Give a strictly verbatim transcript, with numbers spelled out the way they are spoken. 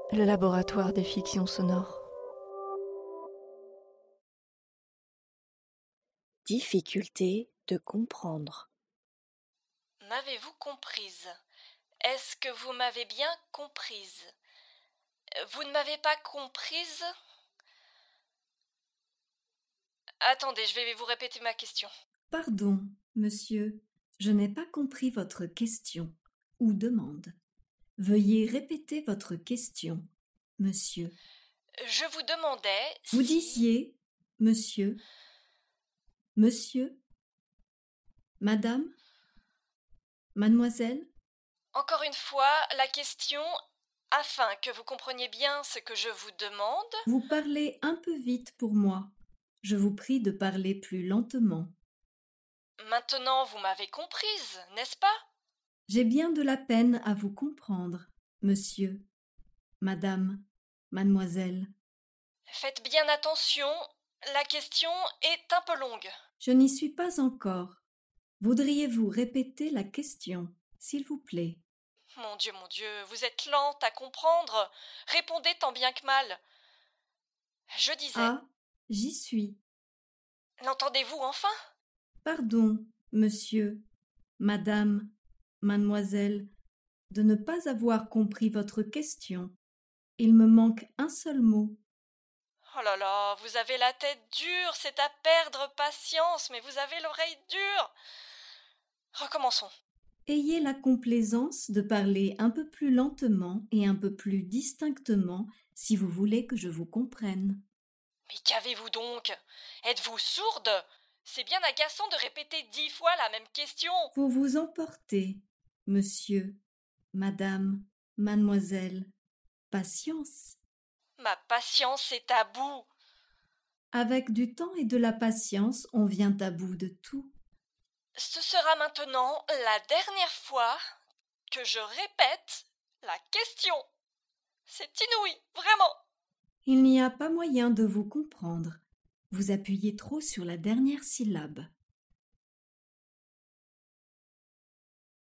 Le laboratoire des fictions sonores. Difficulté de comprendre. M'avez-vous comprise? Est-ce que vous m'avez bien comprise? Vous ne m'avez pas comprise? Attendez, je vais vous répéter ma question. Pardon, monsieur, je n'ai pas compris votre question ou demande. Veuillez répéter votre question, monsieur. Je vous demandais Vous si... disiez, monsieur, monsieur, madame, mademoiselle. Encore une fois, la question, afin que vous compreniez bien ce que je vous demande... Vous parlez un peu vite pour moi. Je vous prie de parler plus lentement. Maintenant, vous m'avez comprise, n'est-ce pas? J'ai bien de la peine à vous comprendre, monsieur, madame, mademoiselle. Faites bien attention, la question est un peu longue. Je n'y suis pas encore. Voudriez-vous répéter la question, s'il vous plaît? Mon Dieu, mon Dieu, vous êtes lente à comprendre. Répondez tant bien que mal. Je disais... Ah, j'y suis. L'entendez-vous enfin? Pardon, monsieur, madame, mademoiselle, de ne pas avoir compris votre question. Il me manque un seul mot. Oh là là, vous avez la tête dure, c'est à perdre patience, mais vous avez l'oreille dure. Recommençons. Ayez la complaisance de parler un peu plus lentement et un peu plus distinctement si vous voulez que je vous comprenne. Mais qu'avez-vous donc? Êtes-vous sourde? C'est bien agaçant de répéter dix fois la même question. Vous vous emportez, monsieur, madame, mademoiselle. Patience. Ma patience est à bout. Avec du temps et de la patience, on vient à bout de tout. Ce sera maintenant la dernière fois que je répète la question. C'est inouï, vraiment. Il n'y a pas moyen de vous comprendre. Vous appuyez trop sur la dernière syllabe.